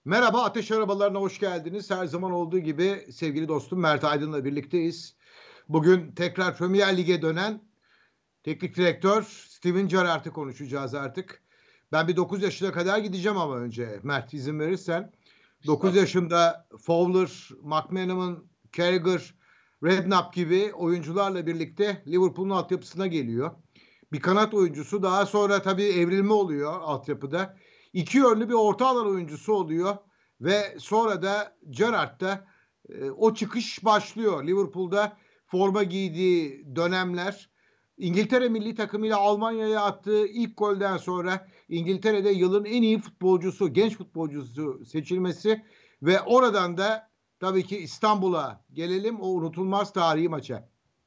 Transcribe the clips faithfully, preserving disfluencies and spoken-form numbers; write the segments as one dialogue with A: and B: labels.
A: Merhaba, Ateş Arabalarına hoş geldiniz. Her zaman olduğu gibi sevgili dostum Mert Aydın'la birlikteyiz. Bugün tekrar Premier Lig'e dönen teknik direktör Steven Gerrard'ı konuşacağız artık. Ben bir dokuz yaşına kadar gideceğim ama önce Mert izin verirsen. dokuz
B: Estağfurullah.
A: yaşında Fowler, McManaman, Carragher, Redknapp gibi oyuncularla birlikte Liverpool'un altyapısına geliyor. Bir kanat oyuncusu, daha sonra tabii evrilme oluyor altyapıda. İki yönlü bir orta alan oyuncusu oluyor ve sonra da Gerrard'da e, o çıkış başlıyor. Liverpool'da forma giydiği dönemler, İngiltere milli takımıyla Almanya'ya attığı ilk golden sonra İngiltere'de yılın en iyi futbolcusu, genç futbolcusu seçilmesi ve oradan da tabii ki İstanbul'a gelelim, o unutulmaz tarihi maça.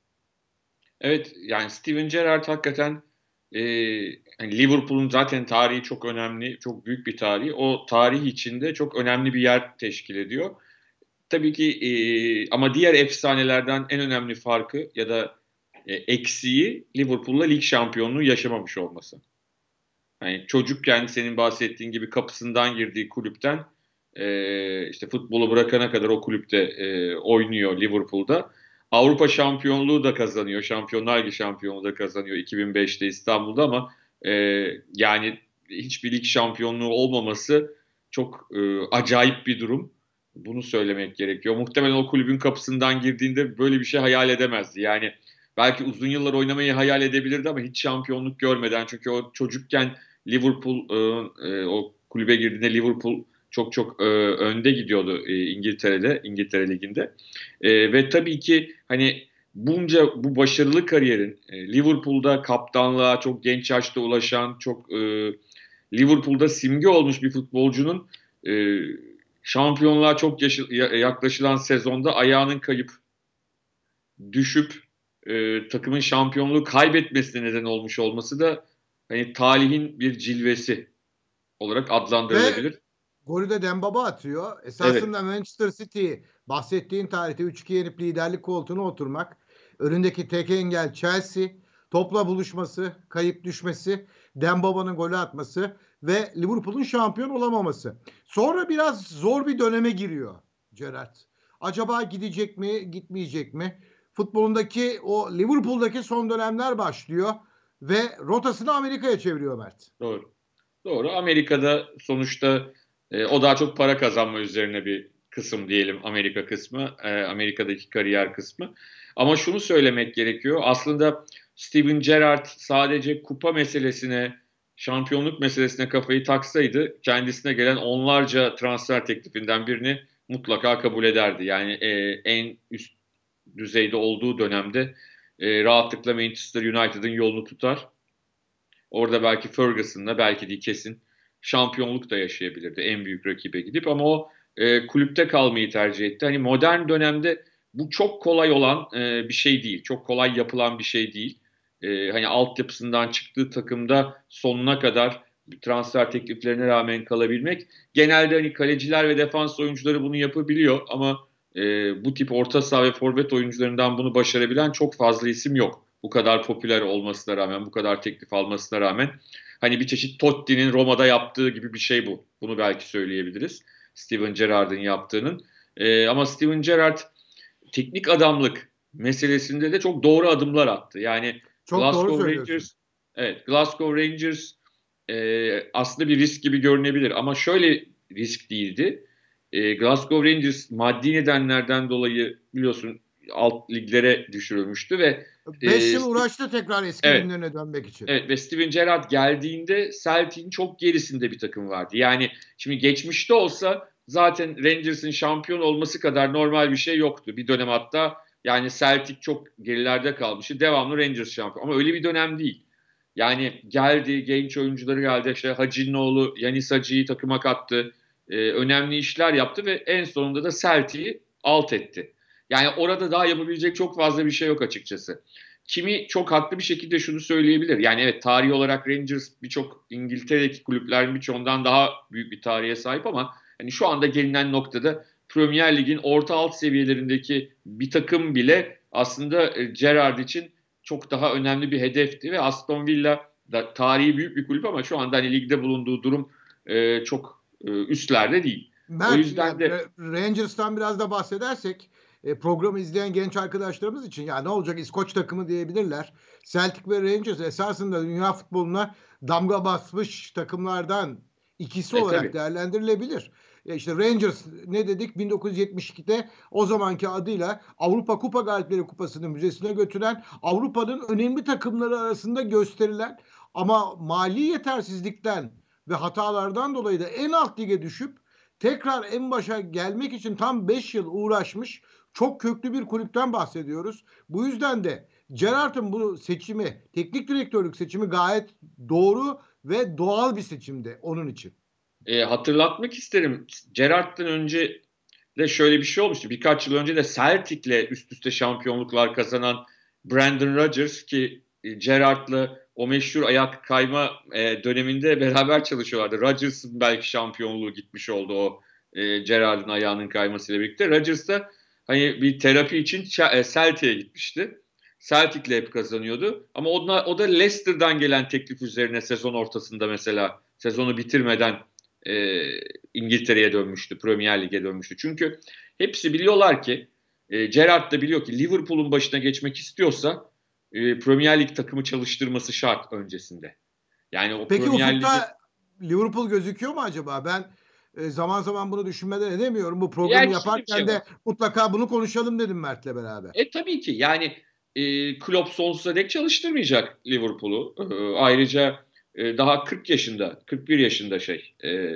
B: Evet, yani Steven Gerrard hakikaten e, hani Liverpool'un zaten tarihi çok önemli, çok büyük bir tarihi. O tarih içinde çok önemli bir yer teşkil ediyor. Tabii ki e, ama diğer efsanelerden en önemli farkı ya da e, eksiği Liverpool'la lig şampiyonluğu yaşamamış olması. Yani çocukken senin bahsettiğin gibi kapısından girdiği kulüpten e, işte futbolu bırakana kadar o kulüpte e, oynuyor Liverpool'da. Avrupa şampiyonluğu da kazanıyor. Şampiyonlar Ligi şampiyonluğu da kazanıyor iki bin beşte İstanbul'da ama e, yani hiçbir lig şampiyonluğu olmaması çok e, acayip bir durum. Bunu söylemek gerekiyor. Muhtemelen o kulübün kapısından girdiğinde böyle bir şey hayal edemezdi. Yani belki uzun yıllar oynamayı hayal edebilirdi ama hiç şampiyonluk görmeden, çünkü o çocukken Liverpool e, e, o kulübe girdiğinde Liverpool çok çok e, önde gidiyordu e, İngiltere'de, İngiltere Ligi'nde. E, ve tabii ki hani bunca bu başarılı kariyerin e, Liverpool'da kaptanlığa çok genç yaşta ulaşan, çok e, Liverpool'da simge olmuş bir futbolcunun e, şampiyonluğa çok yaşı, yaklaşılan sezonda ayağının kayıp, düşüp e, takımın şampiyonluğu kaybetmesine neden olmuş olması da hani talihin bir cilvesi olarak
A: Ve
B: adlandırılabilir.
A: golü de Dembaba atıyor.
B: Evet,
A: Esasında Manchester City bahsettiğin tarihte üç iki yenip liderlik koltuğuna oturmak. Önündeki tek engel Chelsea. Topla buluşması, kayıp düşmesi, Dembaba'nın golü atması ve Liverpool'un şampiyon olamaması. Sonra biraz zor bir döneme giriyor Gerrard. Acaba gidecek mi, gitmeyecek mi? Futbolundaki o Liverpool'daki son dönemler başlıyor ve rotasını Amerika'ya çeviriyor Mert.
B: doğru. Doğru. Amerika'da sonuçta e, o daha çok para kazanma üzerine bir kısım diyelim, Amerika kısmı, e, Amerika'daki kariyer kısmı. Ama şunu söylemek gerekiyor. Aslında Steven Gerrard sadece kupa meselesine, şampiyonluk meselesine kafayı taksaydı kendisine gelen onlarca transfer teklifinden birini mutlaka kabul ederdi. Yani e, en üst düzeyde olduğu dönemde e, rahatlıkla Manchester United'ın yolunu tutar. Orada belki Ferguson'la, belki de kesin şampiyonluk da yaşayabilirdi en büyük rakibe gidip, ama o e, kulüpte kalmayı tercih etti. Hani modern dönemde bu çok kolay olan e, bir şey değil. Çok kolay yapılan bir şey değil. E, hani altyapısından çıktığı takımda sonuna kadar transfer tekliflerine rağmen kalabilmek. Genelde hani kaleciler ve defans oyuncuları bunu yapabiliyor ama e, bu tip orta saha ve forvet oyuncularından bunu başarabilen çok fazla isim yok. Bu kadar popüler olmasına rağmen, bu kadar teklif almasına rağmen, hani bir çeşit Totti'nin Roma'da yaptığı gibi bir şey bu. Bunu belki söyleyebiliriz. Steven Gerrard'ın yaptığının. Ee, ama Steven Gerrard teknik adamlık meselesinde de çok doğru adımlar attı. Yani
A: Çok doğru
B: Glasgow
A: söylüyorsun.
B: Rangers, evet, Glasgow Rangers e, aslında bir risk gibi görünebilir ama şöyle risk değildi. E, Glasgow Rangers maddi nedenlerden dolayı biliyorsun alt liglere düşürülmüştü ve
A: Beş
B: e,
A: yıl uğraştı tekrar eski
B: evet,
A: günlerine dönmek için.
B: evet, ve Steven Gerrard geldiğinde Celtic'in çok gerisinde bir takım vardı. Yani şimdi geçmişte olsa zaten Rangers'ın şampiyon olması kadar normal bir şey yoktu. Bir dönem hatta yani Celtic çok gerilerde kalmıştı. Devamlı Rangers şampiyon. Ama öyle bir dönem değil. Yani geldi, genç oyuncuları geldi. İşte Hacı'nın oğlu Yanis Hacı'yı takıma kattı. Ee, önemli işler yaptı ve en sonunda da Celtic'i alt etti. Yani orada daha yapabilecek çok fazla bir şey yok açıkçası. Kimi çok haklı bir şekilde şunu söyleyebilir. Yani evet, tarih olarak Rangers birçok İngiltere'deki kulüplerin birçoğundan daha büyük bir tarihe sahip ama hani şu anda gelinen noktada Premier Lig'in orta alt seviyelerindeki bir takım bile aslında e, Gerrard için çok daha önemli bir hedefti ve Aston Villa da tarihi büyük bir kulüp ama şu anda hani ligde bulunduğu durum e, çok e, üstlerde değil. O
A: Mert,
B: yüzden
A: yani
B: de
A: Rangers'tan biraz da bahsedersek e, programı izleyen genç arkadaşlarımız için ya ne olacak İskoç takımı diyebilirler. Celtic ve Rangers esasında dünya futboluna damga basmış takımlardan ikisi
B: e,
A: olarak
B: tabii.
A: değerlendirilebilir. E işte Rangers ne dedik bin dokuz yüz yetmiş ikide o zamanki adıyla Avrupa Kupa Galipleri Kupası'nı müzesine götüren Avrupa'nın önemli takımları arasında gösterilen ama mali yetersizlikten ve hatalardan dolayı da en alt lige düşüp tekrar en başa gelmek için tam beş yıl uğraşmış çok köklü bir kulüpten bahsediyoruz. Bu yüzden de Gerrard'ın bu seçimi, teknik direktörlük seçimi gayet doğru ve doğal bir seçimdi onun için.
B: E, hatırlatmak isterim. Gerrard'dan önce de şöyle bir şey olmuştu. Birkaç yıl önce de Celtic'le üst üste şampiyonluklar kazanan Brendan Rodgers ki e, Gerrard'la o meşhur ayak kayma e, döneminde beraber çalışıyorlardı. Rodgers'ın belki şampiyonluğu gitmiş oldu o e, Gerrard'ın ayağının kaymasıyla birlikte. Rodgers da hani bir terapi için e, Celtic'e gitmişti. Celtic'le hep kazanıyordu. Ama o da, o da Leicester'dan gelen teklif üzerine sezon ortasında mesela sezonu bitirmeden e, İngiltere'ye dönmüştü, Premier Lig'e dönmüştü. Çünkü hepsi biliyorlar ki, e, Gerrard da biliyor ki Liverpool'un başına geçmek istiyorsa e, Premier Lig takımı çalıştırması şart öncesinde. Yani o
A: Peki
B: Premier Lig'i
A: ufukta Liverpool gözüküyor mu acaba? Ben e, zaman zaman bunu düşünmeden edemiyorum. Bu programı
B: yani şöyle bir
A: yaparken
B: şey var.
A: de mutlaka bunu konuşalım dedim Mert'le beraber.
B: E tabii ki yani e, Klopp sonsuza dek çalıştırmayacak Liverpool'u. E, ayrıca e, daha kırk yaşında, kırk bir yaşında şey e,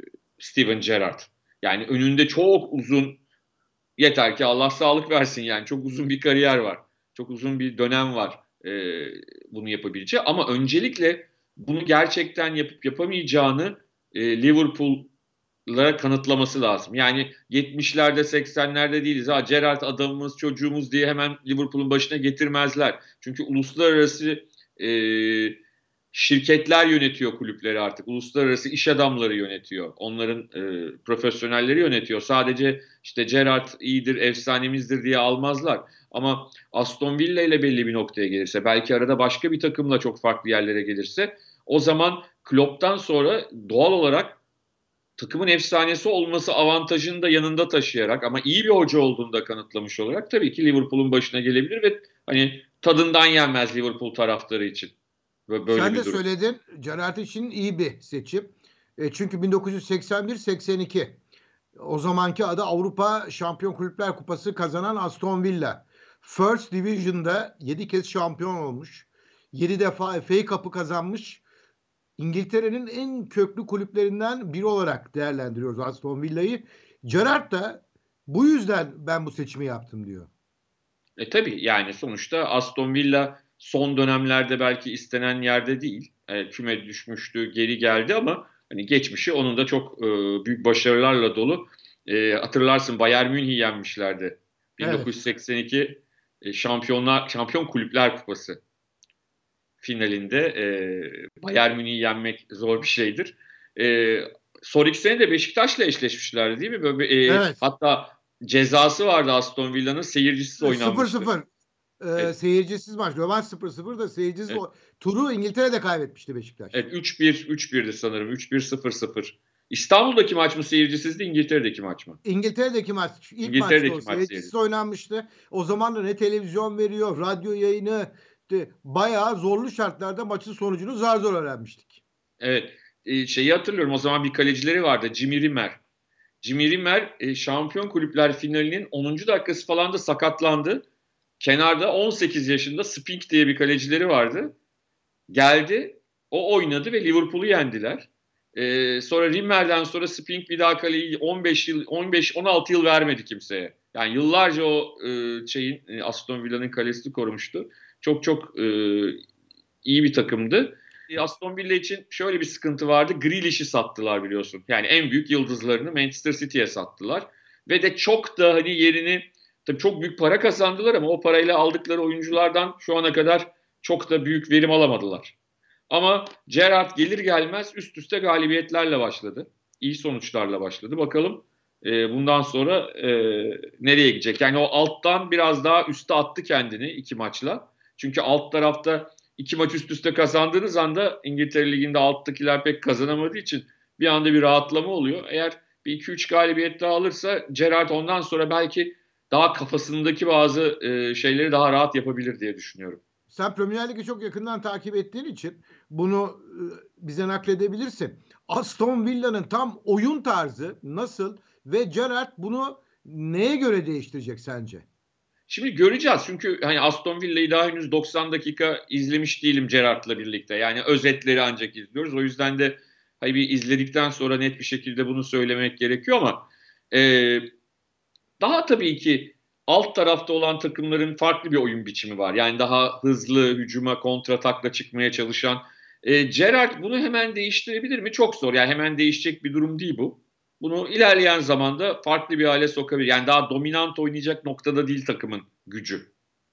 B: Steven Gerrard. Yani önünde çok uzun, yeter ki Allah sağlık versin yani. Çok uzun bir kariyer var. Çok uzun bir dönem var e, bunu yapabileceği. Ama öncelikle bunu gerçekten yapıp yapamayacağını e, Liverpool'lara kanıtlaması lazım. Yani yetmişlerde seksenlerde değiliz. Ha, Gerrard adamımız, çocuğumuz diye hemen Liverpool'un başına getirmezler. Çünkü uluslararası e, şirketler yönetiyor kulüpleri artık. Uluslararası iş adamları yönetiyor. Onların e, profesyonelleri yönetiyor. Sadece işte Gerrard iyidir, efsanemizdir diye almazlar. Ama Aston Villa ile belli bir noktaya gelirse, belki arada başka bir takımla çok farklı yerlere gelirse, o zaman Klopp'tan sonra doğal olarak takımın efsanesi olması avantajını da yanında taşıyarak ama iyi bir hoca olduğunu da kanıtlamış olarak tabii ki Liverpool'un başına gelebilir ve hani tadından yenmez Liverpool taraftarı için böyle
A: Sen
B: bir
A: de
B: durum.
A: söyledin Gerrard için iyi bir seçim. E, çünkü bin dokuz yüz seksen bir seksen iki o zamanki adı Avrupa Şampiyon Kulüpler Kupası kazanan Aston Villa. First Division'da yedi kez şampiyon olmuş. yedi defa F A Cup'ı kazanmış. İngiltere'nin en köklü kulüplerinden biri olarak değerlendiriyoruz Aston Villa'yı. Gerrard da bu yüzden ben bu seçimi yaptım diyor.
B: E tabii yani sonuçta Aston Villa son dönemlerde belki istenen yerde değil. E, küme düşmüştü, geri geldi ama hani geçmişi onun da çok e, büyük başarılarla dolu. E, hatırlarsın Bayern Münih'i yenmişlerdi.
A: Evet.
B: bin dokuz yüz seksen iki e, Şampiyonlar Şampiyon Kulüpler Kupası finalinde e, Bayern Münih'i yenmek zor bir şeydir. E, sonraki sene de Beşiktaş'la eşleşmişlerdi değil mi? Böyle, e,
A: Evet.
B: hatta cezası vardı Aston Villa'nın, seyircisiz
A: sıfır
B: oynanmıştı.
A: sıfır e,
B: Evet,
A: seyircisiz maç. Rövanş sıfır sıfır da seyircisiz
B: evet,
A: o. Turu İngiltere'de kaybetmişti Beşiktaş.
B: evet üç bir üç birdi sanırım. üç bir sıfır sıfır. İstanbul'daki maç mı seyircisizdi, İngiltere'deki maç mı?
A: İngiltere'deki maç ilk maçta o
B: İngiltere'deki maç
A: seyircisiz
B: seyircisi.
A: oynanmıştı. O zaman da ne televizyon veriyor, radyo yayını de, bayağı zorlu şartlarda maçın sonucunu zar zor öğrenmiştik.
B: Evet. E, şeyi hatırlıyorum. O zaman bir kalecileri vardı. Jimmy Rimmer. Jimmy Rimmer e, Şampiyon Kulüpler finalinin onuncu dakikası falan da sakatlandı. Kenarda on sekiz yaşında Spink diye bir kalecileri vardı. Geldi, o oynadı ve Liverpool'u yendiler. Ee, sonra Rimmer'den sonra Spink bir daha kaleyi on beş yıl, on beş on altı yıl vermedi kimseye. Yani yıllarca o e, şeyin e, Aston Villa'nın kalesini korumuştu. Çok çok e, iyi bir takımdı. E, Aston Villa için şöyle bir sıkıntı vardı. Grealish'i sattılar biliyorsun. Yani en büyük yıldızlarını Manchester City'ye sattılar. Ve de çok da hani yerini, tabii çok büyük para kazandılar ama o parayla aldıkları oyunculardan şu ana kadar çok da büyük verim alamadılar. Ama Gerrard gelir gelmez üst üste galibiyetlerle başladı. İyi sonuçlarla başladı. Bakalım e, bundan sonra e, nereye gidecek? Yani o alttan biraz daha üste attı kendini iki maçla. Çünkü alt tarafta iki maç üst üste kazandığınız anda İngiltere Ligi'nde alttakiler pek kazanamadığı için bir anda bir rahatlama oluyor. Eğer bir iki üç galibiyet daha alırsa Gerrard ondan sonra belki daha kafasındaki bazı e, şeyleri daha rahat yapabilir diye düşünüyorum.
A: Sen Premier Lig'i çok yakından takip ettiğin için bunu e, bize nakledebilirsin. Aston Villa'nın tam oyun tarzı nasıl ve Gerrard bunu neye göre değiştirecek sence?
B: Şimdi göreceğiz çünkü hani Aston Villa'yı daha henüz doksan dakika izlemiş değilim Gerrard'la birlikte. Yani özetleri ancak izliyoruz. O yüzden de hani bir izledikten sonra net bir şekilde bunu söylemek gerekiyor ama e, daha tabii ki alt tarafta olan takımların farklı bir oyun biçimi var. Yani daha hızlı, hücuma, kontratakla çıkmaya çalışan. E, Gerrard bunu hemen değiştirebilir mi? Çok zor. Yani hemen değişecek bir durum değil bu. Bunu ilerleyen zamanda farklı bir hale sokabilir. Yani daha dominant oynayacak noktada değil takımın gücü.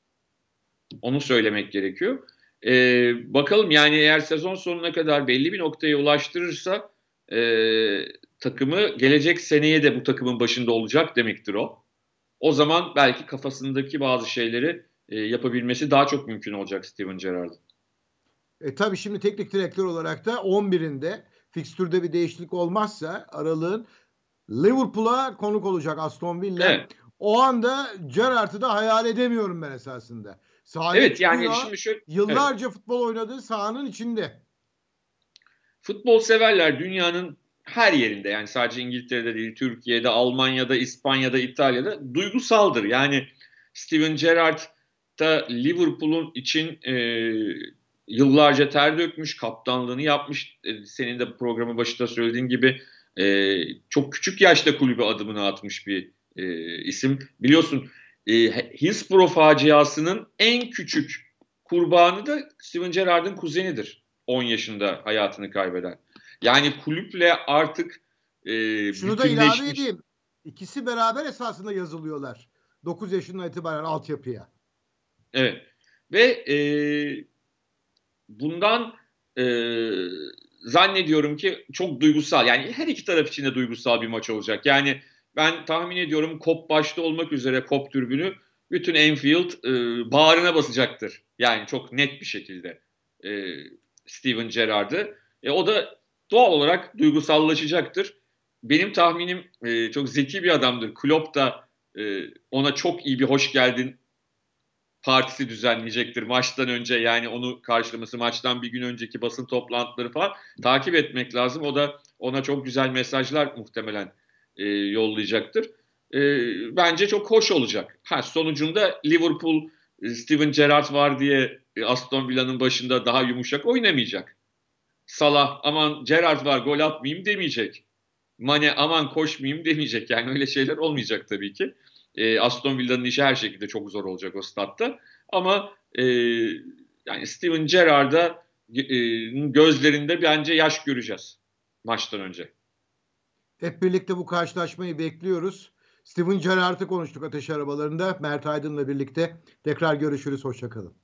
B: Onu söylemek gerekiyor. E, bakalım yani eğer sezon sonuna kadar belli bir noktaya ulaştırırsa e, takımı gelecek seneye de bu takımın başında olacak demektir o. O zaman belki kafasındaki bazı şeyleri e, yapabilmesi daha çok mümkün olacak Steven Gerrard'ın.
A: E tabii şimdi teknik direktör olarak da on birinde fikstürde bir değişiklik olmazsa aralığın Liverpool'a konuk olacak Aston Villa.
B: Evet.
A: O anda Gerrard'ı da hayal edemiyorum ben esasında. Sahaya
B: Evet yani
A: çıkıyor.
B: şimdi şöyle evet.
A: Yıllarca futbol oynadığı sahanın içinde.
B: Futbol severler dünyanın her yerinde yani sadece İngiltere'de değil Türkiye'de, Almanya'da, İspanya'da, İtalya'da duygusaldır. Yani Steven Gerrard da Liverpool'un için e, yıllarca ter dökmüş, kaptanlığını yapmış. E, senin de programın başında söylediğin gibi e, çok küçük yaşta kulübe adımını atmış bir e, isim. Biliyorsun e, Hillsborough faciasının en küçük kurbanı da Steven Gerrard'ın kuzenidir. on yaşında hayatını kaybeden. Yani kulüple artık e,
A: Şunu da ilave
B: bütünleşmiş.
A: edeyim. İkisi beraber esasında yazılıyorlar. dokuz yaşından itibaren altyapıya.
B: Evet. Ve e, bundan e, zannediyorum ki çok duygusal. Yani her iki taraf için de duygusal bir maç olacak. Yani ben tahmin ediyorum Kop başta olmak üzere Kop tribünü bütün Anfield e, bağrına basacaktır. Yani çok net bir şekilde e, Steven Gerrard'ı. E, o da doğal olarak duygusallaşacaktır. Benim tahminim e, çok zeki bir adamdır. Klopp da e, ona çok iyi bir hoş geldin partisi düzenleyecektir maçtan önce, yani onu karşılaması, maçtan bir gün önceki basın toplantıları falan takip etmek lazım. O da ona çok güzel mesajlar muhtemelen e, yollayacaktır. E, bence çok hoş olacak. Ha, sonucunda Liverpool Steven Gerrard var diye Aston Villa'nın başında daha yumuşak oynamayacak. Salah aman Gerrard var gol atmayayım demeyecek. Mane aman koşmayayım demeyecek. Yani öyle şeyler olmayacak tabii ki. E, Aston Villa'nın işi her şekilde çok zor olacak o statta. Ama e, yani Steven Gerrard'a e, gözlerinde bence yaş göreceğiz maçtan önce.
A: Hep birlikte bu karşılaşmayı bekliyoruz. Steven Gerrard'ı konuştuk Ateş Arabalarında. Mert Aydın'la birlikte tekrar görüşürüz. Hoşçakalın.